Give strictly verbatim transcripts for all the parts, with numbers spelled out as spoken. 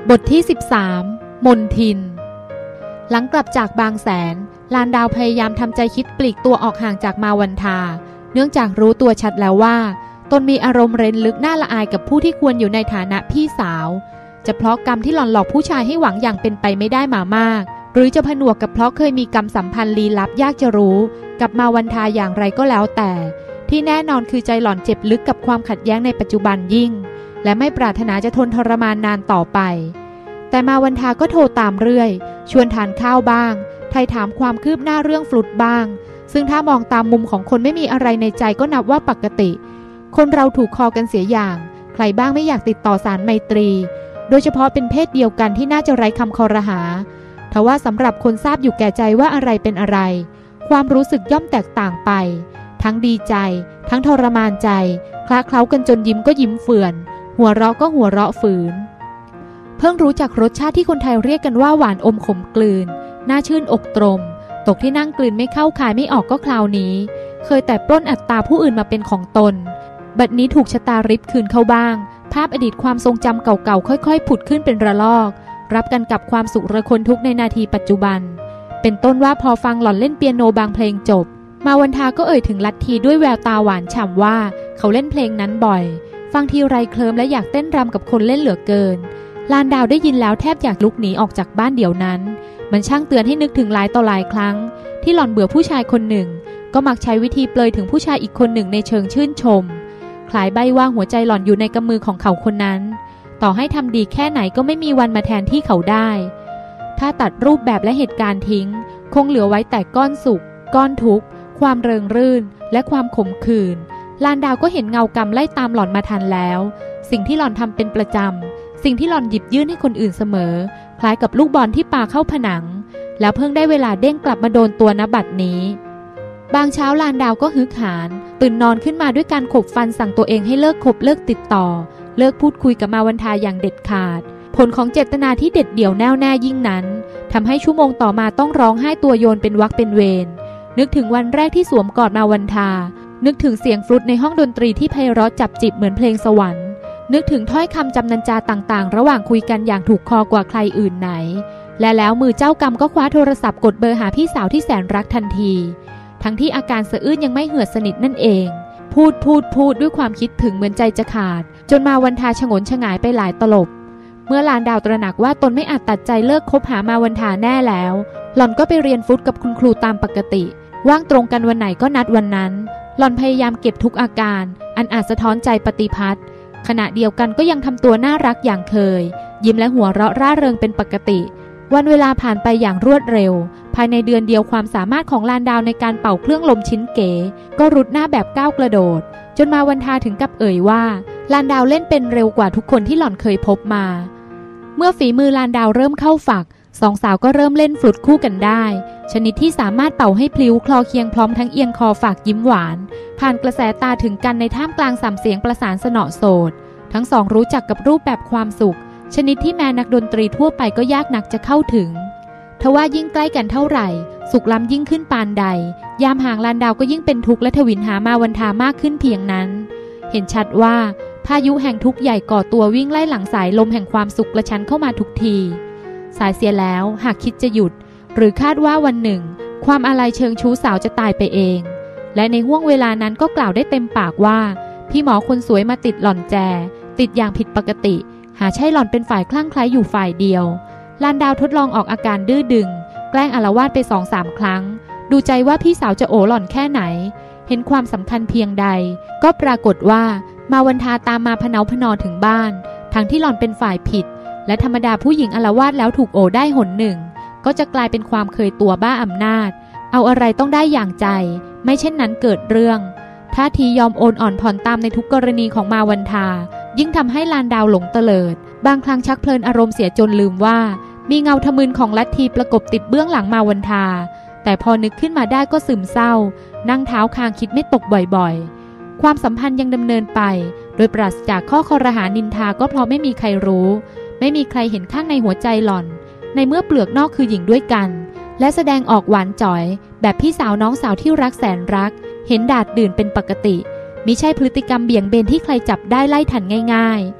บทที่สิบสามมนทินหลังกลับจากบางแสนลานดาวพยายามทำใจคิดปลีกตัวออกห่างจากมาวันทาเนื่องจากรู้ตัวชัดแล้วว่าตนมีอารมณ์เร้นลึกน่าละอายกับผู้ที่ควรอยู่ในฐานะพี่สาวจะเพราะกรรมที่หล่อนหลอกผู้ชายให้หวังอย่างเป็นไปไม่ได้มามากหรือจะผนวกกับเพราะเคยมีกรรมสัมพันธ์ลี้ลับยากจะรู้กับมาวันทาอย่างไรก็แล้วแต่ที่แน่นอนคือใจหล่อนเจ็บลึกกับความขัดแย้งในปัจจุบันยิ่งและไม่ปรารถนาจะทนทรมานนานต่อไปแต่มาวันทาก็โทรตามเรื่อยชวนทานข้าวบ้างไถ่ถามความคืบหน้าเรื่องฟลุตบ้างซึ่งถ้ามองตามมุมของคนไม่มีอะไรในใจก็นับว่าปกติคนเราถูกคอกันเสียอย่างใครบ้างไม่อยากติดต่อสารไมตรีโดยเฉพาะเป็นเพศเดียวกันที่น่าจะไร้คำคอรหาทว่าสำหรับคนทราบอยู่แก่ใจว่าอะไรเป็นอะไรความรู้สึกย่อมแตกต่างไปทั้งดีใจทั้งทรมานใจคลาเคล้ากันจนยิ้มก็ยิ้มเฟื่อนหัวเราะก็หัวเราะฝืนเพิ่งรู้จักรสชาติที่คนไทยเรียกกันว่าหวานอมขมกลืนน่าชื่นอกตรมตกที่นั่งกลืนไม่เข้าคายไม่ออกก็คราวนี้เคยแต่ปล้นอัตตาผู้อื่นมาเป็นของตนบัดนี้ถูกชะตาริบคืนเข้าบ้างภาพอดีตความทรงจำเก่าๆค่อยๆผุดขึ้นเป็นระลอกรับกันกับความสุขระคนทุกในนาทีปัจจุบันเป็นต้นว่าพอฟังหล่อนเล่นเปียโนบางเพลงจบมาวันทาก็เอ่ยถึงลัทธิด้วยแววตาหวานฉ่ำว่าเขาเล่นเพลงนั้นบ่อยฟังทีไรเคลิ้มและอยากเต้นรำกับคนเล่นเหลือเกินลานดาวได้ยินแล้วแทบอยากลุกหนีออกจากบ้านเดี๋ยวนั้นมันช่างเตือนให้นึกถึงหลายต่อหลายครั้งที่หล่อนเบื่อผู้ชายคนหนึ่งก็มักใช้วิธีเปลยถึงผู้ชายอีกคนหนึ่งในเชิงชื่นชมคล้ายใบว่าหัวใจหล่อนอยู่ในกำมือของเขาคนนั้นต่อให้ทำดีแค่ไหนก็ไม่มีวันมาแทนที่เขาได้ถ้าตัดรูปแบบและเหตุการณ์ทิ้งคงเหลือไว้แต่ก้อนสุขก้อนทุกข์ความเริงรื่นและความขมขื่นลานดาวก็เห็นเงากรรมไล่ตามหล่อนมาทันแล้วสิ่งที่หล่อนทำเป็นประจำสิ่งที่หล่อนหยิบยื่นให้คนอื่นเสมอคล้ายกับลูกบอลที่ปาเข้าผนังแล้วเพิ่งได้เวลาเด้งกลับมาโดนตัวณบัดนี้บางเช้าลานดาวก็ฮึกหานตื่นนอนขึ้นมาด้วยการขบฟันสั่งตัวเองให้เลิกคบเลิกติดต่อเลิกพูดคุยกับมาวันทาอย่างเด็ดขาดผลของเจตนาที่เด็ดเดี่ยวแน่วแน่ยิ่งนั้นทำให้ชั่วโมงต่อมาต้องร้องไห้ตัวโยนเป็นวรรคเป็นเวรนึกถึงวันแรกที่สวมกอดมาวันทานึกถึงเสียงฟลุตในห้องดนตรีที่ไพเราะจับจิบเหมือนเพลงสวรรค์นึกถึงถ้อยคำจำนันจาต่างๆระหว่างคุยกันอย่างถูกคอกว่าใครอื่นไหนและแล้วมือเจ้ากรรมก็คว้าโทรศัพท์กดเบอร์หาพี่สาวที่แสนรักทันทีทั้งที่อาการสะอื้นยังไม่เหือดสนิทนั่นเองพูดพูดพูดด้วยความคิดถึงเหมือนใจจะขาดจนมาวันทาฉงนฉงายไปหลายตลบเมื่อลานดาวตระหนักว่าตนไม่อาจตัดใจเลิกคบหามาวันทาแน่แล้วหล่อนก็ไปเรียนฟุตกับคุณครูตามปกติว่างตรงกันวันไหนก็นัดวันนั้นหล่อนพยายามเก็บทุกอาการอันอาจสะท้อนใจปฏิพัทธ์ขณะเดียวกันก็ยังทำตัวน่ารักอย่างเคยยิ้มและหัวเราะร่าเริงเป็นปกติวันเวลาผ่านไปอย่างรวดเร็วภายในเดือนเดียวความสามารถของลานดาวในการเป่าเครื่องลมชิ้นเก๋ก็รุดหน้าแบบก้าวกระโดดจนมาวันทาถึงกับเอ่ยว่าลานดาวเล่นเป็นเร็วกว่าทุกคนที่หล่อนเคยพบมาเมื่อฝีมือลานดาวเริ่มเข้าฝักสองสาวก็เริ่มเล่นฟลุตคู่กันได้ชนิดที่สามารถเป่าให้พลิ้วคลอเคียงพร้อมทั้งเอียงคอฝากยิ้มหวานผ่านกระแสตาถึงกันในท่ามกลางสามเสียงประสานสนอโสดทั้งสองรู้จักกับรูปแบบความสุขชนิดที่แม้นักดนตรีทั่วไปก็ยากนักจะเข้าถึงทว่ายิ่งใกล้กันเท่าไหร่สุขล้ำยิ่งขึ้นปานใดยามห่างลานดาวก็ยิ่งเป็นทุกข์และทวินหามาวันทามากขึ้นเพียงนั้นเห็นชัดว่าพายุแห่งทุกข์ใหญ่ก่อตัววิ่งไล่หลังสายลมแห่งความสุขกระชั้นเข้ามาทุกทีสายเสียแล้วหากคิดจะหยุดหรือคาดว่าวันหนึ่งความอาลัยเชิงชู้สาวจะตายไปเองและในห้วงเวลานั้นก็กล่าวได้เต็มปากว่าพี่หมอคนสวยมาติดหล่อนแจติดอย่างผิดปกติหาใช่หล่อนเป็นฝ่ายคลั่งไคล้อยู่ฝ่ายเดียวลานดาวทดลองออกอาการดื้อดึงแกล้งอาละวาดไปสองสามครั้งดูใจว่าพี่สาวจะโอหล่อนแค่ไหนเห็นความสำคัญเพียงใดก็ปรากฏว่ามาวันทาตามมาพเนาพนอถึงบ้านทั้งที่หล่อนเป็นฝ่ายผิดและธรรมดาผู้หญิงอาละวาดแล้วถูกโอได้หนหนึ่งก็จะกลายเป็นความเคยตัวบ้าอำนาจเอาอะไรต้องได้อย่างใจไม่เช่นนั้นเกิดเรื่องท่าทียอมโอนอ่อนผ่อนตามในทุกกรณีของมาวันทายิ่งทำให้ลานดาวหลงเตลิดบางครั้งชักเพลินอารมณ์เสียจนลืมว่ามีเงาทะมึนของลัทธิประกบติดเบื้องหลังมาวันทาแต่พอนึกขึ้นมาได้ก็ซึมเศร้านั่งเท้าคางคิดไม่ตกบ่อยๆความสัมพันธ์ยังดำเนินไปโดยปราศจากข้อคอรหานินทาก็เพราะไม่มีใครรู้ไม่มีใครเห็นข้างในหัวใจหล่อนในเมื่อเปลือกนอกคือหญิงด้วยกันและแสดงออกหวานจ่อยแบบพี่สาวน้องสาวที่รักแสนรักเห็นดาดดื่นเป็นปกติมิใช่พฤติกรรมเบี่ยงเบนที่ใครจับได้ไล่ทันง่ายๆ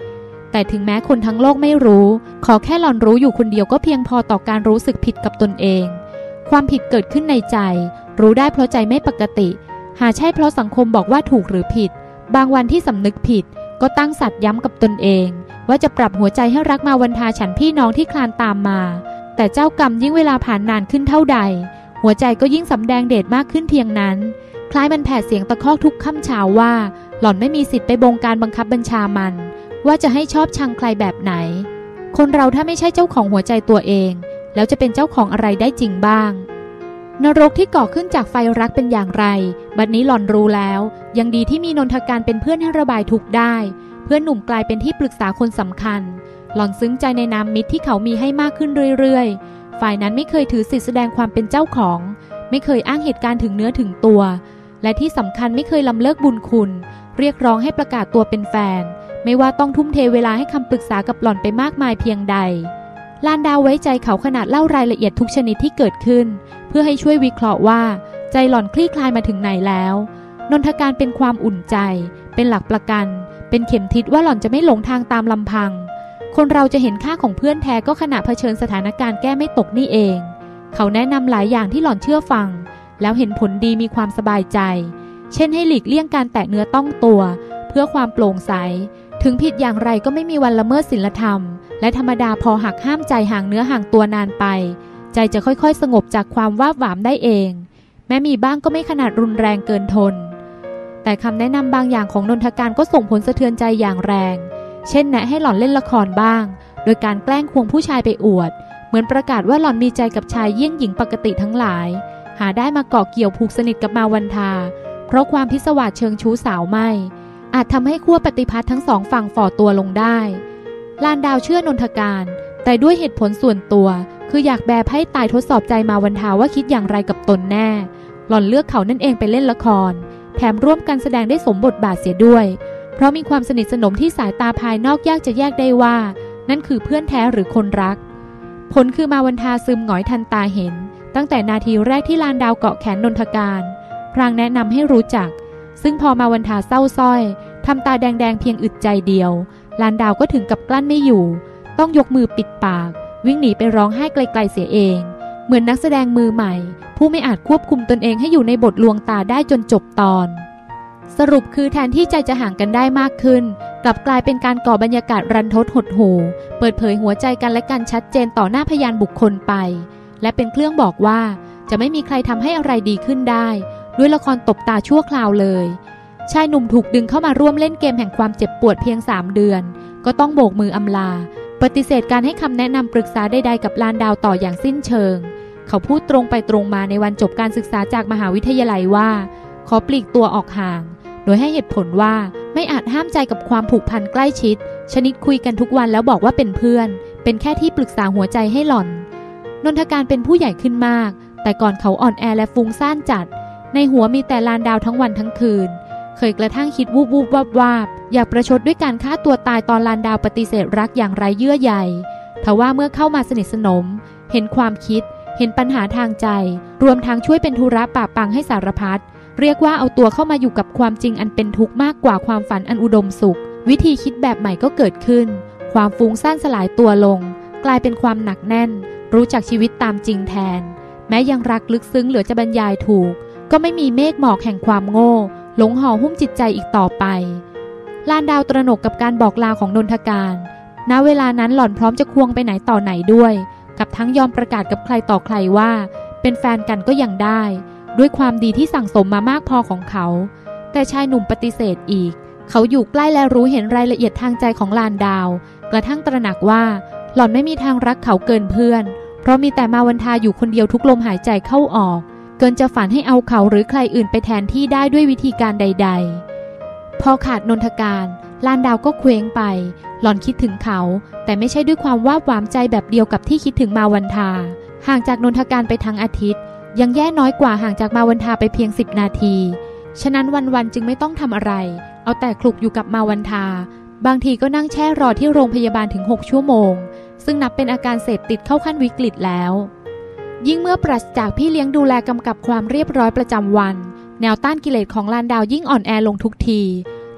แต่ถึงแม้คนทั้งโลกไม่รู้ขอแค่หล่อนรู้อยู่คนเดียวก็เพียงพอต่อการรู้สึกผิดกับตนเองความผิดเกิดขึ้นในใจรู้ได้เพราะใจไม่ปกติหาใช่เพราะสังคมบอกว่าถูกหรือผิดบางวันที่สำนึกผิดก็ตั้งสัตย์ย้ำกับตนเองว่าจะปรับหัวใจให้รักมาวันทาฉันพี่น้องที่คลานตามมาแต่เจ้ากรรมยิ่งเวลาผ่านนานขึ้นเท่าใดหัวใจก็ยิ่งสำแดงเดชมากขึ้นเพียงนั้นคล้ายมันแผดเสียงตะคอกทุกค่ำเช้าว่าหล่อนไม่มีสิทธิ์ไปบงการบังคับบัญชามันว่าจะให้ชอบชังใครแบบไหนคนเราถ้าไม่ใช่เจ้าของหัวใจตัวเองแล้วจะเป็นเจ้าของอะไรได้จริงบ้างนรกที่ก่อขึ้นจากไฟรักเป็นอย่างไรบัดนี้หล่อนรู้แล้วยังดีที่มีนนทการเป็นเพื่อนให้ระบายทุกข์ได้เพื่อนหนุ่มกลายเป็นที่ปรึกษาคนสำคัญหล่อนซึ้งใจในนามมิตรที่เขามีให้มากขึ้นเรื่อยๆฝ่ายนั้นไม่เคยถือสิทธิแสดงความเป็นเจ้าของไม่เคยอ้างเหตุการณ์ถึงเนื้อถึงตัวและที่สำคัญไม่เคยลำเลิกบุญคุณเรียกร้องให้ประกาศตัวเป็นแฟนไม่ว่าต้องทุ่มเทเวลาให้คำปรึกษากับหล่อนไปมากมายเพียงใดลานดาวไว้ใจเขาขนาดเล่ารายละเอียดทุกชนิดที่เกิดขึ้นเพื่อให้ช่วยวิเคราะห์ว่าใจหล่อนคลี่คลายมาถึงไหนแล้วนนทการเป็นความอุ่นใจเป็นหลักประกันเป็นเข็มทิศว่าหล่อนจะไม่หลงทางตามลำพังคนเราจะเห็นค่าของเพื่อนแท้ก็ขณะเผชิญสถานการณ์แก้ไม่ตกนี่เองเขาแนะนำหลายอย่างที่หล่อนเชื่อฟังแล้วเห็นผลดีมีความสบายใจเช่นให้หลีกเลี่ยงการแตะเนื้อต้องตัวเพื่อความโปร่งใสถึงผิดอย่างไรก็ไม่มีวันละเมิดศีลธรรมและธรรมดาพอหักห้ามใจห่างเนื้อห่างตัวนานไปใจจะค่อยๆสงบจากความว้าหวามได้เองแม้มีบ้างก็ไม่ขนาดรุนแรงเกินทนแต่คำแนะนำบางอย่างของนนทการก็ส่งผลสะเทือนใจอย่างแรงเช่นแนะให้หล่อนเล่นละครบ้างโดยการแกล้งควงผู้ชายไปอวดเหมือนประกาศว่าหล่อนมีใจกับชายเยี่ยงหญิงปกติทั้งหลายหาได้มาเกาะเกี่ยวผูกสนิทกับมาวันทาเพราะความพิศวาสเชิงชู้สาวไม่อาจทำให้ขั้วปฏิพัทธ์ทั้งสองฝั่งฝ่อตัวลงได้ลานดาวเชื่อนนทการแต่ด้วยเหตุผลส่วนตัวคืออยากแบไพ่ตายทดสอบใจมาวันทาว่าคิดอย่างไรกับตนแน่หล่อนเลือกเขานั่นเองไปเล่นละครแถมร่วมกันแสดงได้สมบทบาทเสียด้วยเพราะมีความสนิทสนมที่สายตาภายนอกยากจะแยกได้ว่านั่นคือเพื่อนแท้หรือคนรักผลคือมาวันทาซึมหงอยทันตาเห็นตั้งแต่นาทีแรกที่ลานดาวเกาะแขนนนทการพลางแนะนำให้รู้จักซึ่งพอมาวันทาเศร้าส้อยทำตาแดงๆเพียงอึดใจเดียวลานดาวก็ถึงกับกลั้นไม่อยู่ต้องยกมือปิดปากวิ่งหนีไปร้องไห้ไกลๆเสียเองเหมือนนักแสดงมือใหม่ผู้ไม่อาจควบคุมตนเองให้อยู่ในบทลวงตาได้จนจบตอนสรุปคือแทนที่ใจจะห่างกันได้มากขึ้นกลับกลายเป็นการก่อบรรยากาศรันทดหดหู่เปิดเผยหัวใจกันและกันชัดเจนต่อหน้าพยานบุคคลไปและเป็นเครื่องบอกว่าจะไม่มีใครทำให้อะไรดีขึ้นได้ด้วยละครตบตาชั่วคราวเลยชายหนุ่มถูกดึงเข้ามาร่วมเล่นเกมแห่งความเจ็บปวดเพียงสามเดือนก็ต้องโบกมืออำลาปฏิเสธการให้คำแนะนำปรึกษาใดๆกับลานดาวต่ออย่างสิ้นเชิงเขาพูดตรงไปตรงมาในวันจบการศึกษาจากมหาวิทยาลัยว่าขอปลีกตัวออกห่างโดยให้เหตุผลว่าไม่อาจห้ามใจกับความผูกพันใกล้ชิดชนิดคุยกันทุกวันแล้วบอกว่าเป็นเพื่อนเป็นแค่ที่ปรึกษาหัวใจให้หล่อนนนทการเป็นผู้ใหญ่ขึ้นมากแต่ก่อนเขาอ่อนแอและฟุ้งซ่านจัดในหัวมีแต่ลานดาวทั้งวันทั้งคืนเคยกระทั่งคิดวูบวูบวาบวาบอยากประชดด้วยการฆ่าตัวตายตอนลานดาวปฏิเสธรักอย่างไร้เยื่อใยทว่าเมื่อเข้ามาสนิทสนมเห็นความคิดเห็นปัญหาทางใจรวมทั้งช่วยเป็นธุระปะปังให้สารพัดเรียกว่าเอาตัวเข้ามาอยู่กับความจริงอันเป็นทุกข์มากกว่าความฝันอันอุดมสุขวิธีคิดแบบใหม่ก็เกิดขึ้นความฟุ้งซ่านสลายตัวลงกลายเป็นความหนักแน่นรู้จักชีวิตตามจริงแทนแม้ยังรักลึกซึ้งเหลือจะบรรยายถูกก็ไม่มีเมฆหมอกแห่งความโง่หลงห่อหุ้มจิตใจอีกต่อไปลานดาวตระหนกกับการบอกลาของนนทการณเวลานั้นหล่อนพร้อมจะควงไปไหนต่อไหนด้วยกับทั้งยอมประกาศกับใครต่อใครว่าเป็นแฟนกันก็ยังได้ด้วยความดีที่สั่งสมมามากพอของเขาแต่ชายหนุ่มปฏิเสธอีกเขาอยู่ใกล้และรู้เห็นรายละเอียดทางใจของลานดาวกระทั่งตระหนักว่าหล่อนไม่มีทางรักเขาเกินเพื่อนเพราะมีแต่มาวันทาอยู่คนเดียวทุกลมหายใจเข้าออกเกินจะฝันให้เอาเขาหรือใครอื่นไปแทนที่ได้ด้วยวิธีการใดๆพอขาดนนทการลานดาวก็เคว้งไปหล่อนคิดถึงเขาแต่ไม่ใช่ด้วยความวาบหวามใจแบบเดียวกับที่คิดถึงมาวันทาห่างจากนนทการไปทั้งอาทิตย์ยังแย่น้อยกว่าห่างจากมาวันทาไปเพียงสิบนาทีฉะนั้นวันๆจึงไม่ต้องทำอะไรเอาแต่คลุกอยู่กับมาวันทาบางทีก็นั่งแช่รอที่โรงพยาบาลถึงหกชั่วโมงซึ่งนับเป็นอาการเสพติดเข้าขั้นวิกฤตแล้วยิ่งเมื่อปราศจากพี่เลี้ยงดูแลกำกับความเรียบร้อยประจำวันแนวต้านกิเลสของลานดาวยิ่งอ่อนแอลงทุกที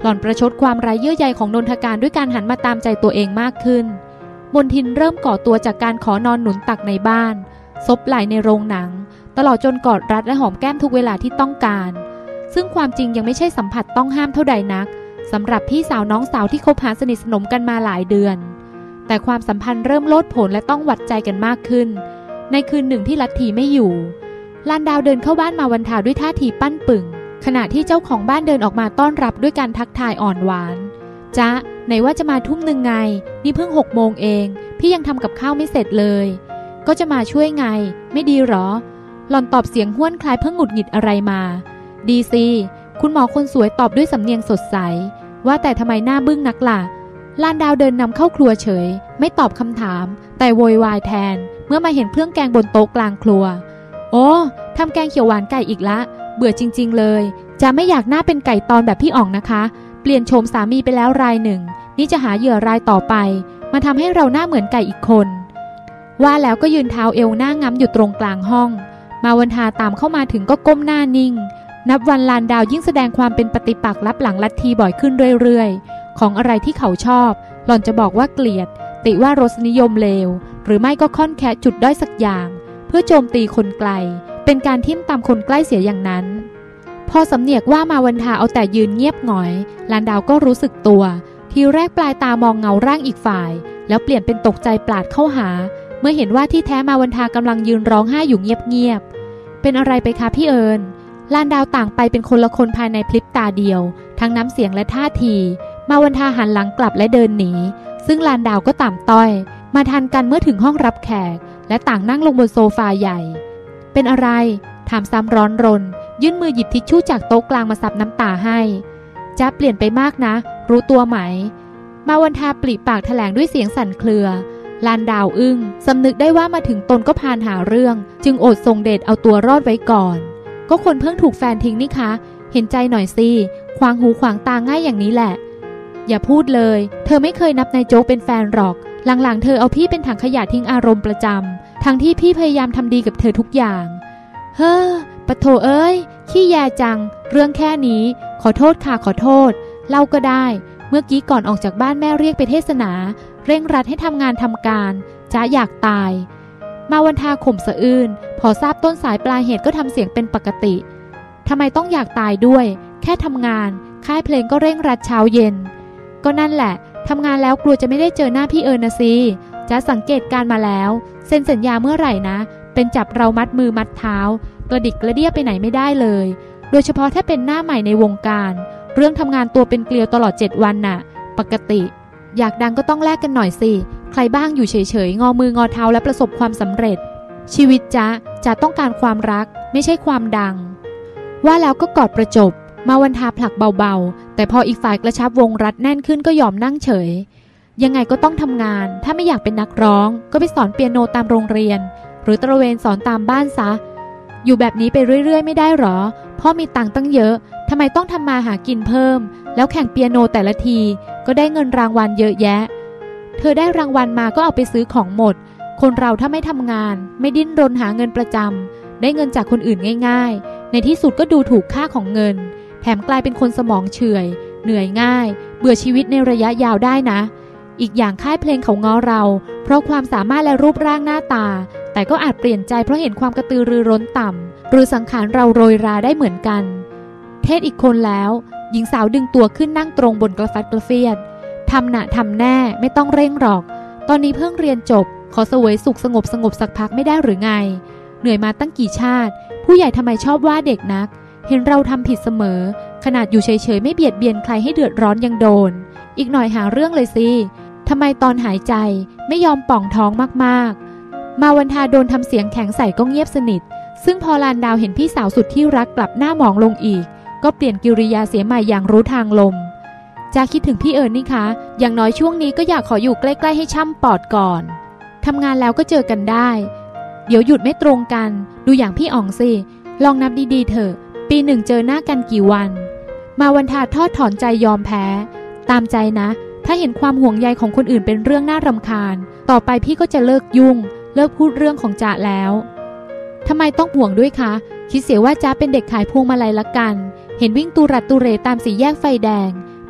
หล่อนประชดความไร้เยื่อใยของนนทการด้วยการหันมาตามใจตัวเองมากขึ้นมนทินเริ่มก่อตัวจากการขอนอนหนุนตักในบ้านซบไหล่ในโรงหนังตลอดจนกอดรัดและหอมแก้มทุกเวลาที่ต้องการซึ่งความจริงยังไม่ใช่สัมผัสต้องห้ามเท่าใดนักสำหรับพี่สาวน้องสาวที่คบหาสนิทสนมกันมาหลายเดือนแต่ความสัมพันธ์เริ่มโลดโผนและต้องหวัดใจกันมากขึ้นในคืนหนึ่งที่ลัทธิไม่อยู่ลานดาวเดินเข้าบ้านมาวันทาด้วยท่าทีปั้นปึ่งขณะที่เจ้าของบ้านเดินออกมาต้อนรับด้วยการทักทายอ่อนหวานจ๊ะไหนว่าจะมาทุ่มหนึ่งไงนี่เพิ่งหกโมงเองพี่ยังทำกับข้าวไม่เสร็จเลยก็จะมาช่วยไงไม่ดีหรอหล่อนตอบเสียงห้วนคล้ายเพิ่งหงุดหงิดอะไรมาดีสิคุณหมอคนสวยตอบด้วยสำเนียงสดใสว่าแต่ทำไมหน้าบึ้งนักล่ะลานดาวเดินนำเข้าครัวเฉยไม่ตอบคำถามแต่โวยวายแทนเมื่อมาเห็นเครื่องแกงบนโต๊ะกลางครัวโอ้ทำแกงเขียวหวานไก่อีกละเบื่อจริงๆเลยจะไม่อยากหน้าเป็นไก่ตอนแบบพี่อ๋องนะคะเปลี่ยนโฉมสามีไปแล้วรายหนึ่งนี่จะหาเหยื่อรายต่อไปมาทำให้เราหน้าเหมือนไก่อีกคนว่าแล้วก็ยืนเท้าเอวหน้าง้ำอยู่ตรงกลางห้องมาวันทาตามเข้ามาถึงก็ก้มหน้านิ่งนับวันลานดาวยิ่งแสดงความเป็นปฏิปักษ์ลับหลังลัทธิบ่อยขึ้นเรื่อยๆของอะไรที่เขาชอบหล่อนจะบอกว่าเกลียดติว่ารสนิยมเลวหรือไม่ก็ค่อนแคะจุดด้อยสักอย่างเพื่อโจมตีคนไกลเป็นการทิ่มตามคนใกล้เสียอย่างนั้นพอสำเนียกว่ามาวันทาเอาแต่ยืนเงียบหงอยลานดาวก็รู้สึกตัวทีแรกปลายตามองเงาร่างอีกฝ่ายแล้วเปลี่ยนเป็นตกใจปลาดเข้าหาเมื่อเห็นว่าที่แท้มาวันทากำลังยืนร้องไห้อยู่เงียบๆเป็นอะไรไปคะพี่เอิญลานดาวต่างไปเป็นคนละคนภายในพริบตาเดียวทั้งน้ำเสียงและท่าทีมาวันทาหันหลังกลับและเดินหนีซึ่งลานดาวก็ต่ำต้อยมาทันกันเมื่อถึงห้องรับแขกและต่างนั่งลงบนโซฟาใหญ่เป็นอะไรถามซ้ำร้อนรนยื่นมือหยิบทิชชู่จากโต๊ะกลางมาซับน้ำตาให้จ๊ะเปลี่ยนไปมากนะรู้ตัวไหมมาวันทาปริปากแถลงด้วยเสียงสั่นเครือลานดาวอึ้งสำนึกได้ว่ามาถึงตนก็พานหาเรื่องจึงอดทรงเดชเอาตัวรอดไว้ก่อนก็คนเพิ่งถูกแฟนทิ้งนี่คะเห็นใจหน่อยสิขวางหูขวางตาง่ายอย่างนี้แหละอย่าพูดเลยเธอไม่เคยนับนายโจ๊กเป็นแฟนหรอกหลังๆเธอเอาพี่เป็นถังขยะทิ้งอารมณ์ประจำทั้งที่พี่พยายามทำดีกับเธอทุกอย่างเฮ้อปะโถเอ้ยขี้แยจังเรื่องแค่นี้ขอโทษค่ะขอโทษเล่าก็ได้เมื่อกี้ก่อนออกจากบ้านแม่เรียกไปเทศนาเร่งรัดให้ทำงานทำการจ๊ะอยากตายมาวันทาข่มสะอื้นพอทราบต้นสายปลายเหตุก็ทำเสียงเป็นปกติทำไมต้องอยากตายด้วยแค่ทำงานค่ายเพลงก็เร่งรัดเช้าเย็นก็นั่นแหละทำงานแล้วกลัวจะไม่ได้เจอหน้าพี่เอิญนะสิจ๊ะสังเกตการมาแล้วเซ็นสัญญาเมื่อไหร่นะเป็นจับเรามัดมือมัดเท้ากระดิกกระเดี้ยไปไหนไม่ได้เลยโดยเฉพาะถ้าเป็นหน้าใหม่ในวงการเรื่องทำงานตัวเป็นเกลียวตลอดเจ็ดวันน่ะปกติอยากดังก็ต้องแลกกันหน่อยสิใครบ้างอยู่เฉยๆงอมืองอเท้าและประสบความสำเร็จชีวิตจ๊ะจะต้องการความรักไม่ใช่ความดังว่าแล้วก็กอดประจบมาวันทาผลักเบาๆแต่พออีกฝ่ายกระชับวงรัดแน่นขึ้นก็ยอมนั่งเฉยยังไงก็ต้องทำงานถ้าไม่อยากเป็นนักร้องก็ไปสอนเปียโนตามโรงเรียนหรือตระเวนสอนตามบ้านซะอยู่แบบนี้ไปเรื่อยๆไม่ได้หรอพ่อมีตังค์ตั้งเยอะทำไมต้องทำมาหากินเพิ่มแล้วแข่งเปียโนแต่ละทีก็ได้เงินรางวัลเยอะแยะเธอได้รางวัลมาก็เอาไปซื้อของหมดคนเราถ้าไม่ทำงานไม่ดิ้นรนหาเงินประจำได้เงินจากคนอื่นง่ายๆในที่สุดก็ดูถูกค่าของเงินแถมกลายเป็นคนสมองเฉื่อยเหนื่อยง่ายเบื่อชีวิตในระยะยาวได้นะอีกอย่างค่ายเพลงเขาง้อเราเพราะความสามารถและรูปร่างหน้าตาแต่ก็อาจเปลี่ยนใจเพราะเห็นความกระตือรือร้นต่ำหรือสังขารเราโรยราได้เหมือนกันเทศอีกคนแล้วหญิงสาวดึงตัวขึ้นนั่งตรงบนกระฟัดกระเฟียดทำน่ะทำแน่ไม่ต้องเร่งหรอกตอนนี้เพิ่งเรียนจบขอเสวยสุขสงบสงบสักพักไม่ได้หรือไงเหนื่อยมาตั้งกี่ชาติผู้ใหญ่ทำไมชอบว่าเด็กนักเห็นเราทำผิดเสมอขนาดอยู่เฉยๆไม่เบียดเบียนใครให้เดือดร้อนยังโดนอีกหน่อยหาเรื่องเลยสิทำไมตอนหายใจไม่ยอมป่องท้องมากๆมาวันทาโดนทำเสียงแข็งใส่ก็เงียบสนิทซึ่งพอลานดาวเห็นพี่สาวสุดที่รักกลับหน้าหมองลงอีกก็เปลี่ยนกิริยาเสียใหม่อย่างรู้ทางลมจะคิดถึงพี่เอิญนี่คะอย่างน้อยช่วงนี้ก็อยากขออยู่ใกล้ๆให้ช่ำปอดก่อนทำงานแล้วก็เจอกันได้เดี๋ยวหยุดไม่ตรงกันดูอย่างพี่อ๋องสิลองนับดีๆเถอะปีหนึ่งเจอหน้ากันกี่วันมาวันทาทอดถอนใจยอมแพ้ตามใจนะถ้าเห็นความห่วงใยของคนอื่นเป็นเรื่องน่ารำคาญต่อไปพี่ก็จะเลิกยุ่งเลิกพูดเรื่องของจ๊ะแล้วทำไมต้องห่วงด้วยคะคิดเสียว่าจ๊ะเป็นเด็กขายพวงมาลัยละกันเห็นวิ่งตูรัดตูเรตามสี่แยกไฟแดงพ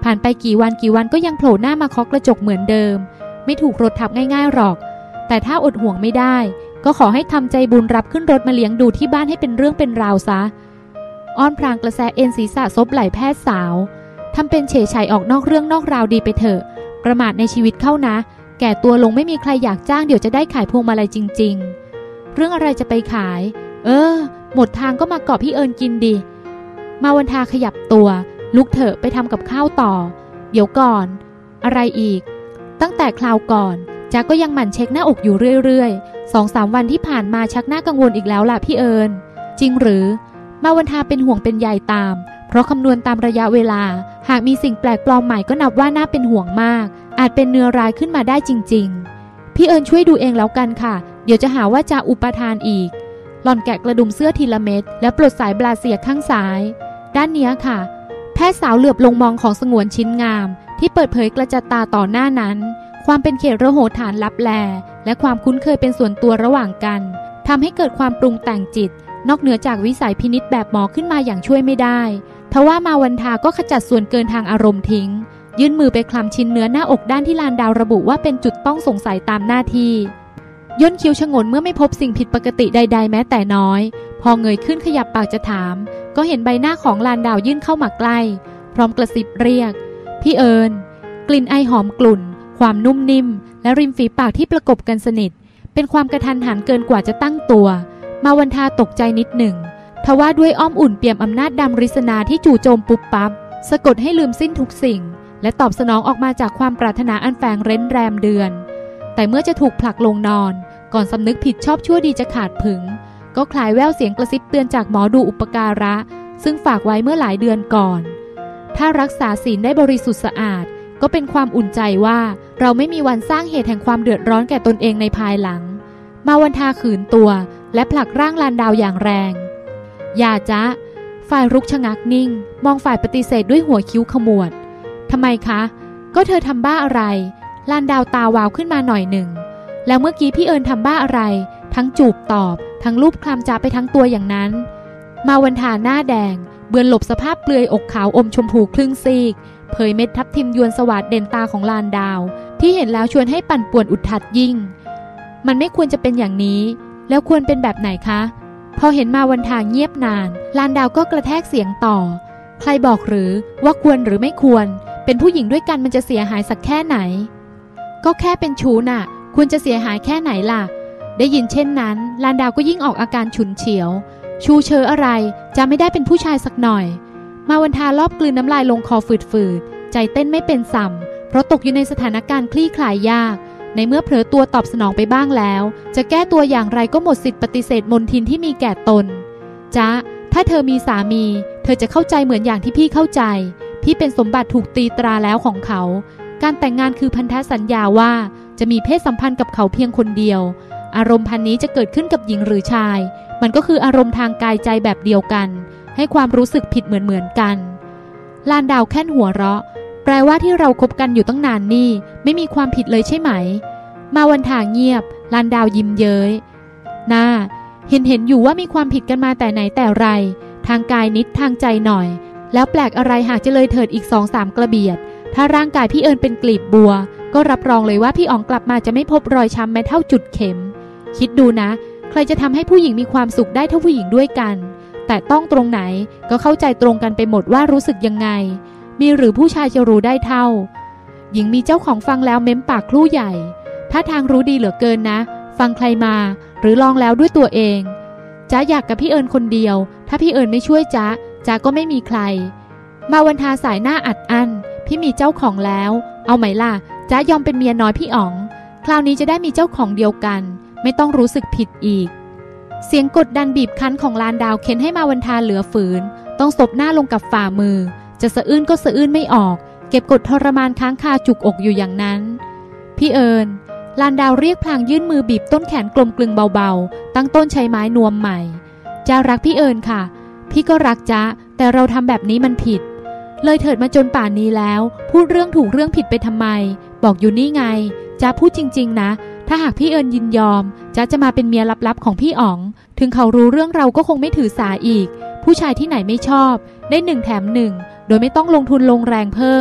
ผ่านไปกี่วันกี่วันก็ยังโผล่หน้ามาเคาะกระจกเหมือนเดิมไม่ถูกรถทับง่ายๆหรอกแต่ถ้าอดห่วงไม่ได้ก็ขอให้ทำใจบุญรับขึ้นรถมาเลี้ยงดูที่บ้านให้เป็นเรื่องเป็นราวซะอ้อนพรางกระแสเอ็นศีรษะซบไหล่แพทย์สาวทำเป็นเฉยชัยออกนอกเรื่องนอกราวดีไปเถอะประมาทในชีวิตเข้านะแก่ตัวลงไม่มีใครอยากจ้างเดี๋ยวจะได้ขายพวงมาลัยจริงๆเรื่องอะไรจะไปขายเออหมดทางก็มาเกาะพี่เอิญกินดิมาวันทาขยับตัวลุกเถอะไปทำกับข้าวต่อเดี๋ยวก่อนอะไรอีกตั้งแต่คราวก่อนจ๊ะก็ยังหมั่นเช็คหน้าอกอยู่เรื่อยๆ สองสาม วันที่ผ่านมาชักหน้ากังวลอีกแล้วล่ะพี่เอิญจริงหรือมาวันทาเป็นห่วงเป็นใยตามเพราะคำนวณตามระยะเวลาหากมีสิ่งแปลกปลอมใหม่ก็นับว่าน่าเป็นห่วงมากอาจเป็นเนื้อร้ายขึ้นมาได้จริงๆพี่เอิญช่วยดูเองแล้วกันค่ะเดี๋ยวจะหาว่าจะอุปทานอีกหล่อนแกะกระดุมเสื้อทีละเม็ดและปลดสายบราเซียข้างซ้ายด้านเนี้ยค่ะแพทย์สาวเหลือบลงมองของสงวนชิ้นงามที่เปิดเผยกระจัดตาต่อหน้านั้นความเป็นเขตระโหฐานลับแลและความคุ้นเคยเป็นส่วนตัวระหว่างกันทำให้เกิดความปรุงแต่งจิตนอกเหนือจากวิสัยพินิจแบบหมอขึ้นมาอย่างช่วยไม่ได้ทว่ามาวันทาก็ขจัดส่วนเกินทางอารมณ์ทิ้งยื่นมือไปคลำชิ้นเนื้อหน้าอกด้านที่ลานดาวระบุว่าเป็นจุดต้องสงสัยตามหน้าที่ย่นคิ้วชงนเมื่อไม่พบสิ่งผิดปกติใดๆแม้แต่น้อยพอเงยขึ้นขยับปากจะถามก็เห็นใบหน้าของลานดาวยื่นเข้ามาใกล้พร้อมกระซิบเรียกพี่เอิญกลิ่นไอหอมกลุ่นความนุ่มนิ่มและริมฝีปากที่ประกบกันสนิทเป็นความกระทันหันเกินกว่าจะตั้งตัวมาวันทาตกใจนิดหนึ่งทว่าด้วยอ้อมอุ่นเปี่ยมอำนาจดำริศนาที่จู่โจมปุ๊บปั๊บสะกดให้ลืมสิ้นทุกสิ่งและตอบสนองออกมาจากความปรารถนาอันแฝงเร้นแรมเดือนแต่เมื่อจะถูกผลักลงนอนก่อนสำนึกผิดชอบชั่วดีจะขาดผึงก็คลายแว่วเสียงกระซิบเตือนจากหมอดูอุปการะซึ่งฝากไว้เมื่อหลายเดือนก่อนถ้ารักษาศีลได้บริสุทธิ์สะอาดก็เป็นความอุ่นใจว่าเราไม่มีวันสร้างเหตุแห่งความเดือดร้อนแก่ตนเองในภายหลังมาวันทาขืนตัวและผลักร่างลานดาวอย่างแรงอย่าจ๊ะฝ่ายรุกชะงักนิ่งมองฝ่ายปฏิเสธด้วยหัวคิ้วขมวดทำไมคะก็เธอทำบ้าอะไรลานดาวตาวาวขึ้นมาหน่อยหนึ่งแล้วเมื่อกี้พี่เอิญทำบ้าอะไรทั้งจูบตอบทั้งลูบคลำจ๊ะไปทั้งตัวอย่างนั้นมาวันทาหน้าแดงเบือนหลบสภาพเปลือยอกขาวอมชมพูครึ่งซีกเผยเม็ดทับทิมยวนสวัสดเด่นตาของลานดาวที่เห็นแล้วชวนให้ปั่นป่วนอุทธัดยิ่งมันไม่ควรจะเป็นอย่างนี้แล้วควรเป็นแบบไหนคะพอเห็นมาวันทาเงียบนานลานดาวก็กระแทกเสียงต่อใครบอกหรือว่าควรหรือไม่ควรเป็นผู้หญิงด้วยกันมันจะเสียหายสักแค่ไหนก็แค่เป็นชู้น่ะควรจะเสียหายแค่ไหนล่ะได้ยินเช่นนั้นลานดาวก็ยิ่งออกอาการฉุนเฉียวชูเชออะไรจะไม่ได้เป็นผู้ชายสักหน่อยมาวันทารอบกลืนน้ำลายลงคอฝืดๆใจเต้นไม่เป็นสัมเพราะตกอยู่ในสถานการณ์คลี่คลายยากในเมื่อเผลอตัวตอบสนองไปบ้างแล้วจะแก้ตัวอย่างไรก็หมดสิทธิ์ปฏิเสธมนทินที่มีแก่ตนจ๊ะถ้าเธอมีสามีเธอจะเข้าใจเหมือนอย่างที่พี่เข้าใจพี่เป็นสมบัติถูกตีตราแล้วของเขาการแต่งงานคือพันธสัญญาว่าจะมีเพศสัมพันธ์กับเขาเพียงคนเดียวอารมณ์พันนี้จะเกิดขึ้นกับหญิงหรือชายมันก็คืออารมณ์ทางกายใจแบบเดียวกันให้ความรู้สึกผิดเหมือนเหมือนกันลานดาวแค่นหัวเราะแปลว่าที่เราคบกันอยู่ตั้งนานนี่ไม่มีความผิดเลยใช่ไหมมาวันทาเงียบลานดาวยิ้มเย้ยน่าเห็นเห็นอยู่ว่ามีความผิดกันมาแต่ไหนแต่ไรทางกายนิดทางใจหน่อยแล้วแปลกอะไรหากจะเลยเถิดอีกสองสามกระเบียดถ้าร่างกายพี่เอิญเป็นกลีบบัวก็รับรองเลยว่าพี่อ๋องกลับมาจะไม่พบรอยช้ำแม้เท่าจุดเข็มคิดดูนะใครจะทำให้ผู้หญิงมีความสุขได้เท่าผู้หญิงด้วยกันแต่ต้องตรงไหนก็เข้าใจตรงกันไปหมดว่ารู้สึกยังไงมีหรือผู้ชายจะรู้ได้เท่าหญิงมีเจ้าของฟังแล้วเม้มปากครู่ใหญ่ถ้าทางรู้ดีเหลือเกินนะฟังใครมาหรือลองแล้วด้วยตัวเองจ๊ะอยากกับพี่เอิญคนเดียวถ้าพี่เอิญไม่ช่วยจ๊ะจ๊ะก็ไม่มีใครมาวันทาสายหน้าอัดอั้นพี่มีเจ้าของแล้วเอาไหมล่ะจ๊ะยอมเป็นเมียน้อยพี่อ๋องคราวนี้จะได้มีเจ้าของเดียวกันไม่ต้องรู้สึกผิดอีกเสียงกดดันบีบคั้นของลานดาวเค้นให้มาวันทาเหลือฝืนต้องซบหน้าลงกับฝ่ามือจะสะอื้นก็สะอื้นไม่ออกเก็บกดทรมานค้างคาจุกอกอยู่อย่างนั้นพี่เอิญลานดาวเรียกพลางยื่นมือบีบต้นแขนกลมกลึงเบาๆตั้งต้นใช้ไม้นวมใหม่จ๊ะรักพี่เอิญค่ะพี่ก็รักจ๊ะแต่เราทำแบบนี้มันผิดเลยเถิดมาจนป่านนี้แล้วพูดเรื่องถูกเรื่องผิดไปทำไมบอกอยู่นี่ไงจ๊ะพูดจริงๆนะถ้าหากพี่เอิญยินยอมจ๊ะจะมาเป็นเมียลับๆของพี่อ๋องถึงเขารู้เรื่องเราก็คงไม่ถือสาอีกผู้ชายที่ไหนไม่ชอบได้หนึ่งแถมหนึ่งโดยไม่ต้องลงทุนลงแรงเพิ่ม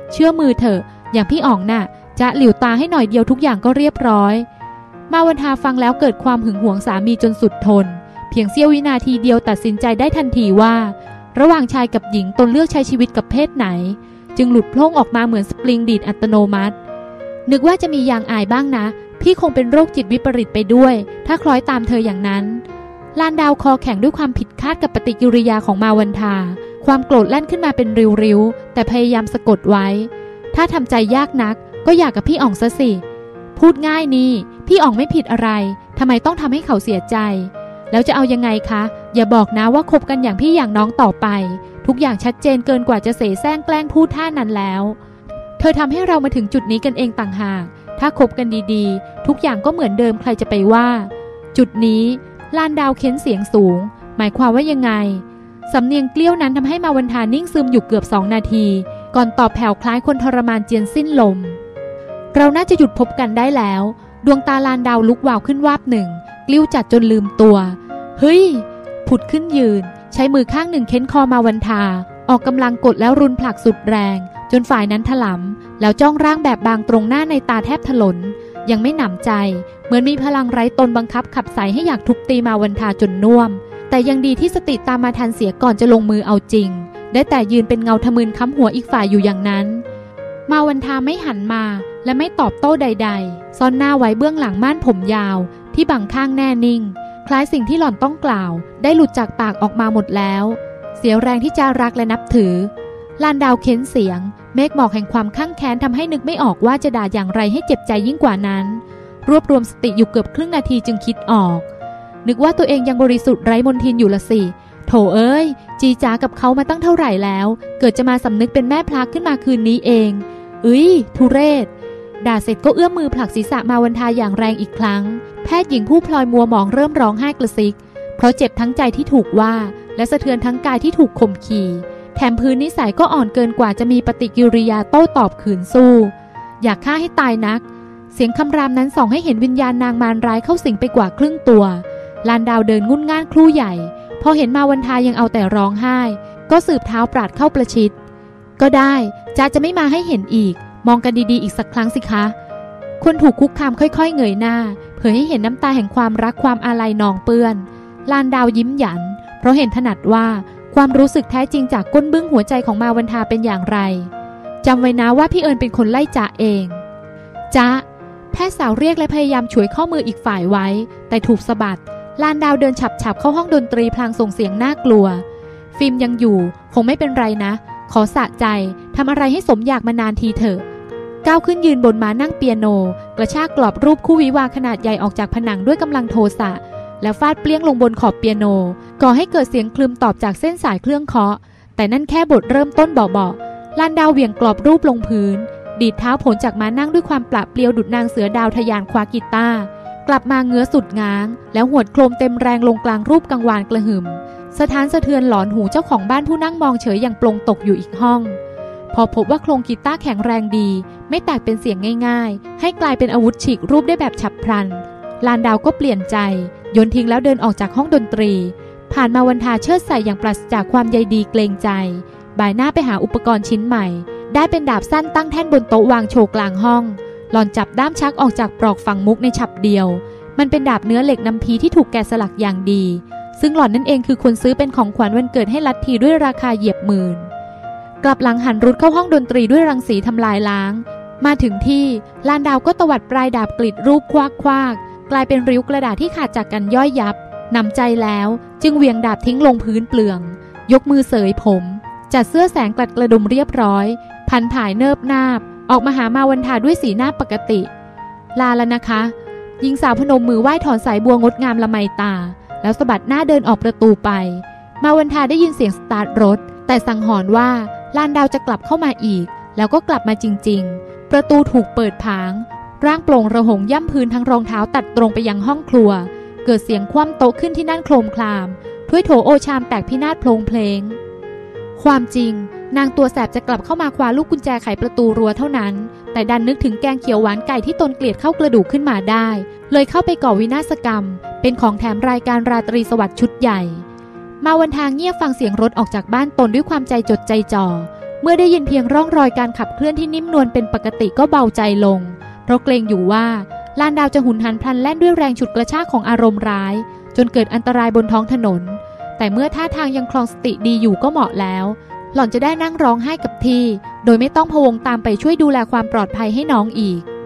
เชื่อมือเถอะอย่างพี่อ๋องน่ะจะหลิวตาให้หน่อยเดียวทุกอย่างก็เรียบร้อยมาวันทาฟังแล้วเกิดความหึงหวงสามีจนสุดทนเพียงเสี้ยววินาทีเดียวตัดสินใจได้ทันทีว่าระหว่างชายกับหญิงตนเลือกใช้ชีวิตกับเพศไหนจึงหลุดโพล่งออกมาเหมือนสปริงดีดอัตโนมัตินึกว่าจะมียางอายบ้างนะพี่คงเป็นโรคจิตวิปริตไปด้วยถ้าคล้อยตามเธออย่างนั้นลานดาวคอแข็งด้วยความผิดคาดกับปฏิกิริยาของมาวันทาความโกรธแล่นขึ้นมาเป็นริ้วๆแต่พยายามสะกดไว้ถ้าทำใจยากนักก็อยากกับพี่อ๋องซะสิพูดง่ายนี่พี่อ๋องไม่ผิดอะไรทำไมต้องทำให้เขาเสียใจแล้วจะเอายังไงคะอย่าบอกนะว่าคบกันอย่างพี่อย่างน้องต่อไปทุกอย่างชัดเจนเกินกว่าจะเสแสร้งแกล้งพูดท่านั้นแล้วเธอทำให้เรามาถึงจุดนี้กันเองต่างหากถ้าคบกันดีๆทุกอย่างก็เหมือนเดิมใครจะไปว่าจุดนี้ลานดาวเค้นเสียงสูงหมายความว่ายังไงสำเนียงเกลี้ยวนั้นทำให้มาวันทานิ่งซึมอยู่เกือบสองนาทีก่อนตอบแผ่วคล้ายคนทรมานเจียนสิ้นลมเราน่าจะหยุดพบกันได้แล้วดวงตาลานดาวลุกวาวขึ้นวาบหนึ่งกลิ้วจัดจนลืมตัวเฮ้ยผุดขึ้นยืนใช้มือข้างหนึ่งเค้นคอมาวันทาออกกำลังกดแล้วรุนผลักสุดแรงจนฝ่ายนั้นถลำแล้วจ้องร่างแบบบางตรงหน้าในตาแทบถลนยังไม่หนำใจเหมือนมีพลังไร้ตนบังคับขับใส่ให้อยากทุบตีมาวันทาจนน่วมแต่ยังดีที่สติตามมาทันเสียก่อนจะลงมือเอาจริงได้แต่ยืนเป็นเงาทะมึนค้ำหัวอีกฝ่ายอยู่อย่างนั้นมาวันทาไม่หันมาและไม่ตอบโต้ใดๆซ่อนหน้าไว้เบื้องหลังม่านผมยาวที่บังข้างแน่นิ่งคล้ายสิ่งที่หล่อนต้องกล่าวได้หลุดจากปากออกมาหมดแล้วเสียแรงที่จะรักและนับถือลานดาวเค้นเสียงเมฆหมอกแห่งความข้างแค้นทำให้นึกไม่ออกว่าจะด่าอย่างไรให้เจ็บใจยิ่งกว่านั้นรวบรวมสติอยู่เกือบครึ่งนาทีจึงคิดออกนึกว่าตัวเองยังบริสุทธิ์ไร้มลทินอยู่ละสิโถเอ้ยจีจ๋ากับเขามาตั้งเท่าไหร่แล้วเกิดจะมาสำนึกเป็นแม่พลักขึ้นมาคืนนี้เองเอ้ยทุเรศด่าเสร็จก็เอื้อมมือผลักศีรษะมาวันทาอย่างแรงอีกครั้งแพทย์หญิงผู้พลอยมัวหมองเริ่มร้องไห้กระซิกเพราะเจ็บทั้งใจที่ถูกว่าและสะเทือนทั้งกายที่ถูกข่มขี่แถมพื้นนิสัยก็อ่อนเกินกว่าจะมีปฏิกิริยาโต้ตอบขืนสู้อยากฆ่าให้ตายนักเสียงคำรามนั้นส่องให้เห็นวิญญาณนางมารร้ายเข้าสิงไปกว่าครึ่งตัวลานดาวเดินงุ่นง่านครู่ใหญ่พอเห็นมาวันทายังเอาแต่ร้องไห้ก็สืบเท้าปราดเข้าประชิดก็ได้จ้าจะไม่มาให้เห็นอีกมองกันดีๆอีกสักครั้งสิคะคนถูกคุกคามค่อยๆเงยหน้าเผยให้เห็นน้ำตาแห่งความรักความอาลัยนองเปื้อนลานดาวยิ้มหยันเพราะเห็นถนัดว่าความรู้สึกแท้จริงจากก้นบึ้งหัวใจของมาวันทาเป็นอย่างไรจำไว้นะว่าพี่เอิญเป็นคนไล่จ๊ะเองจ๊ะแพทย์สาวเรียกและพยายามฉวยข้อมืออีกฝ่ายไว้แต่ถูกสะบัดลานดาวเดินฉับๆเข้าห้องดนตรีพลางส่งเสียงน่ากลัวฟิล์มยังอยู่คงไม่เป็นไรนะขอสะใจทำอะไรให้สมอยากมานานทีเถอะก้าวขึ้นยืนบนม้านั่งเปียโนกระชากกรอบรูปคู่วิวาขนาดใหญ่ออกจากผนังด้วยกำลังโทสะแล้วฟาดเปรี้ยงลงบนขอบเปียโนก่อให้เกิดเสียงคลึมตอบจากเส้นสายเครื่องเคาะแต่นั่นแค่บทเริ่มต้นเบาๆลานดาวเหวี่ยงกรอบรูปลงพื้นดีดเท้าโผล่จากม้านั่งด้วยความปราบเปรียวดุจนางเสือดาวทะยานคว้ากีตาร์กลับมาเงื้อสุดง้างแล้วหวดโครมเต็มแรงลงกลางรูปกังวานกระหึ่มสถานสะเทือนหลอนหูเจ้าของบ้านผู้นั่งมองเฉยอย่างปลงตกอยู่อีกห้องพอพบว่าโครงกีตาร์แข็งแรงดีไม่แตกเป็นเสียงง่ายๆให้กลายเป็นอาวุธฉีกรูปได้แบบฉับพลันลานดาวก็เปลี่ยนใจโยนทิ้งแล้วเดินออกจากห้องดนตรีผ่านมาวันทาเชิดใส่อย่างปราศจากความใยดีเกรงใจบ่ายหน้าไปหาอุปกรณ์ชิ้นใหม่ได้เป็นดาบสั้นตั้งแท่นบนโต๊ะวางโชว์กลางห้องหล่อนจับด้ามชักออกจากปลอกฝังมุกในฉับเดียวมันเป็นดาบเนื้อเหล็กน้ำพีที่ถูกแกะสลักอย่างดีซึ่งหล่อนนั่นเองคือคนซื้อเป็นของขวัญวันเกิดให้ลัทธิด้วยราคาเหยียบหมื่นกลับหลังหันรุดเข้าห้องดนตรีด้วยรังสีทำลายล้างมาถึงที่ลานดาวก็ตวัดปลายดาบกลิดรูปควักควักกลายเป็นริ้วกระดาษที่ขาดจากกันย่อยยับนำใจแล้วจึงเหวี่ยงดาบทิ้งลงพื้นเปลืองยกมือเสยผมจัดเสื้อแสงกลัดกระดุมเรียบร้อยพันผายเนิบนาบออกมาหามาวันทาด้วยสีหน้าปกติลาแล้วนะคะหญิงสาวพนมมือไหว้ถอนสายบัวงดงามละไมตาแล้วสะบัดหน้าเดินออกประตูไปมาวันทาได้ยินเสียงสตาร์ทรถแต่สังหรณ์ว่าลานดาวจะกลับเข้ามาอีกแล้วก็กลับมาจริงๆประตูถูกเปิดผางร่างโปร่งระหงย่ำพื้นทั้งรองเท้าตัดตรงไปยังห้องครัวเกิดเสียงคว่ำโต๊ะขึ้นที่นั่นโครมคลามถ้วยโถโอชามแตกพินาศโพลงเพลงความจริงนางตัวแสบจะกลับเข้ามาคว้าลูกกุญแจไขประตูรั้วเท่านั้นแต่ดันนึกถึงแกงเขียวหวานไก่ที่ตนเกลียดเข้ากระดูกขึ้นมาได้เลยเข้าไปก่อวินาศกรรมเป็นของแถมรายการราตรีสวัสดิ์ชุดใหญ่มาวันทางเงียบฟังเสียงรถออกจากบ้านตนด้วยความใจจดใจจ่อเมื่อมื่อได้ยินเพียงร่องรอยการขับเคลื่อนที่นิ่มนวลเป็นปกติก็เบาใจลงเพราะเกรงอยู่ว่าลานดาวจะหุนหันพลันแล่นด้วยแรงฉุดกระชากของอารมณ์ร้ายจนเกิดอันตรายบนท้องถนนแต่เมื่อท่าทางยังคลองสติดีอยู่ก็เหมาะแล้วหล่อนจะได้นั่งร้องไห้กับที่โดยไม่ต้องพะวงตามไปช่วยดูแลความปลอดภัยให้น้องอีก